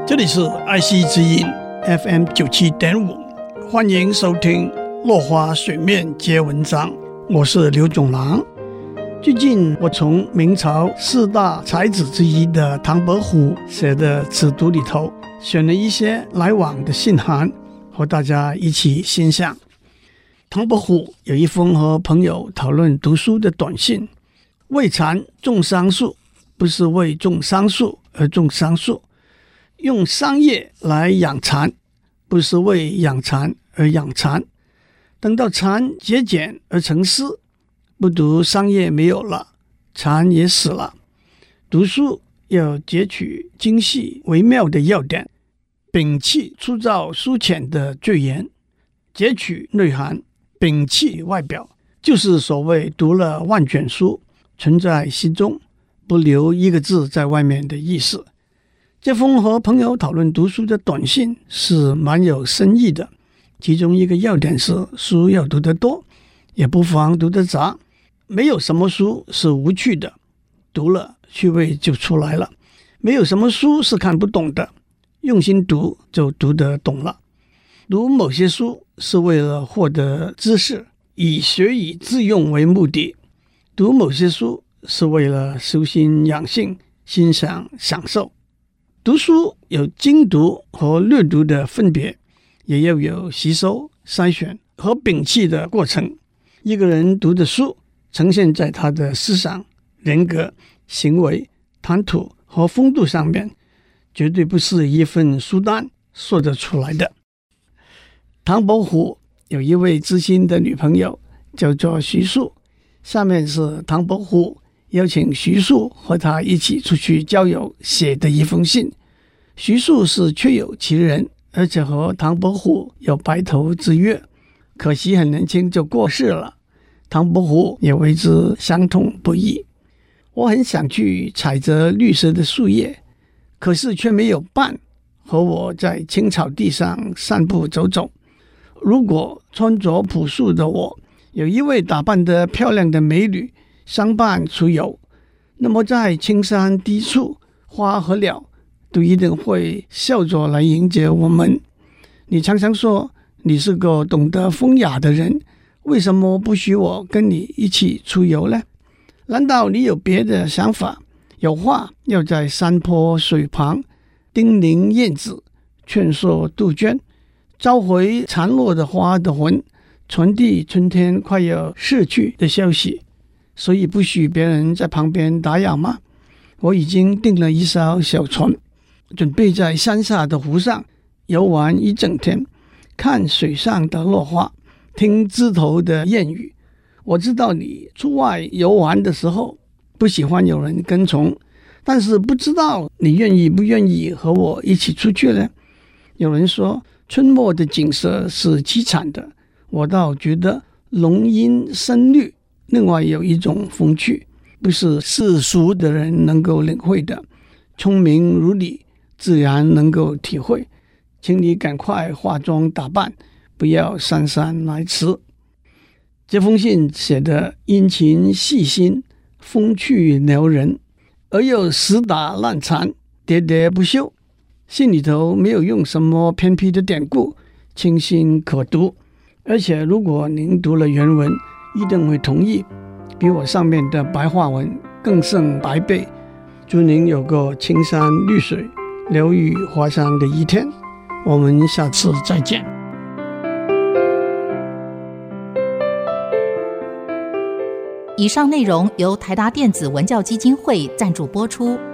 这里是爱惜之音 FM 97.5，欢迎收听落花水面皆文章，我是刘总郎。最近我从明朝四大才子之一的唐伯虎写的词读里头选了一些来往的信函，和大家一起欣赏。唐伯虎有一封和朋友讨论读书的短信：为蚕种桑树，不是为种桑树而种桑树；用桑叶来养蚕，不是为养蚕而养蚕。等到蚕结茧而成丝，不读桑叶没有了，蚕也死了。读书要截取精细微妙的要点，摒弃粗糙疏浅的赘言，截取内涵，摒弃外表，就是所谓读了万卷书，存在心中，不留一个字在外面的意思。这封和朋友讨论读书的短信是蛮有深意的，其中一个要点是书要读得多，也不妨读得杂。没有什么书是无趣的，读了趣味就出来了；没有什么书是看不懂的，用心读就读得懂了。读某些书是为了获得知识，以学以致用为目的；读某些书是为了修心养性，欣赏享受。读书有精读和略读的分别，也要有吸收、筛选和摒弃的过程。一个人读的书呈现在他的思想、人格、行为、谈吐和风度上面，绝对不是一份书单说得出来的。唐伯虎有一位知心的女朋友，叫做徐庶。下面是唐伯虎邀请徐庶和他一起出去郊游写的一封信。徐庶是确有其人，而且和唐伯虎有白头之约，可惜很年轻就过世了。唐伯虎也为之伤痛不已。我很想去采着绿色的树叶，可是却没有伴和我在青草地上散步走走。如果穿着朴素的我有一位打扮得漂亮的美女相伴出游，那么在青山低处，花和鸟都一定会笑着来迎接我们。你常常说你是个懂得风雅的人，为什么不许我跟你一起出游呢？难道你有别的想法？有话要在山坡水旁叮咛燕子，劝说杜鹃，召回残落的花的魂，传递春天快要逝去的消息，所以不许别人在旁边打扰吗？我已经订了一艘小船，准备在山下的湖上游玩一整天，看水上的落花，听枝头的燕语。我知道你出外游玩的时候不喜欢有人跟从，但是不知道你愿意不愿意和我一起出去呢？有人说春末的景色是凄惨的，我倒觉得浓荫深绿，另外有一种风趣，不是世俗的人能够领会的。聪明如你，自然能够体会。请你赶快化妆打扮，不要姗姗来迟。这封信写得殷勤细心，风趣撩人，而又死打烂缠，喋喋不休。信里头没有用什么偏僻的典故，清新可读。而且如果您读了原文，一定会同意，比我上面的白话文更胜百倍。祝您有个青山绿水、鸟语花香的一天。我们下次再见。 以上内容由台达电子文教基金会赞助播出。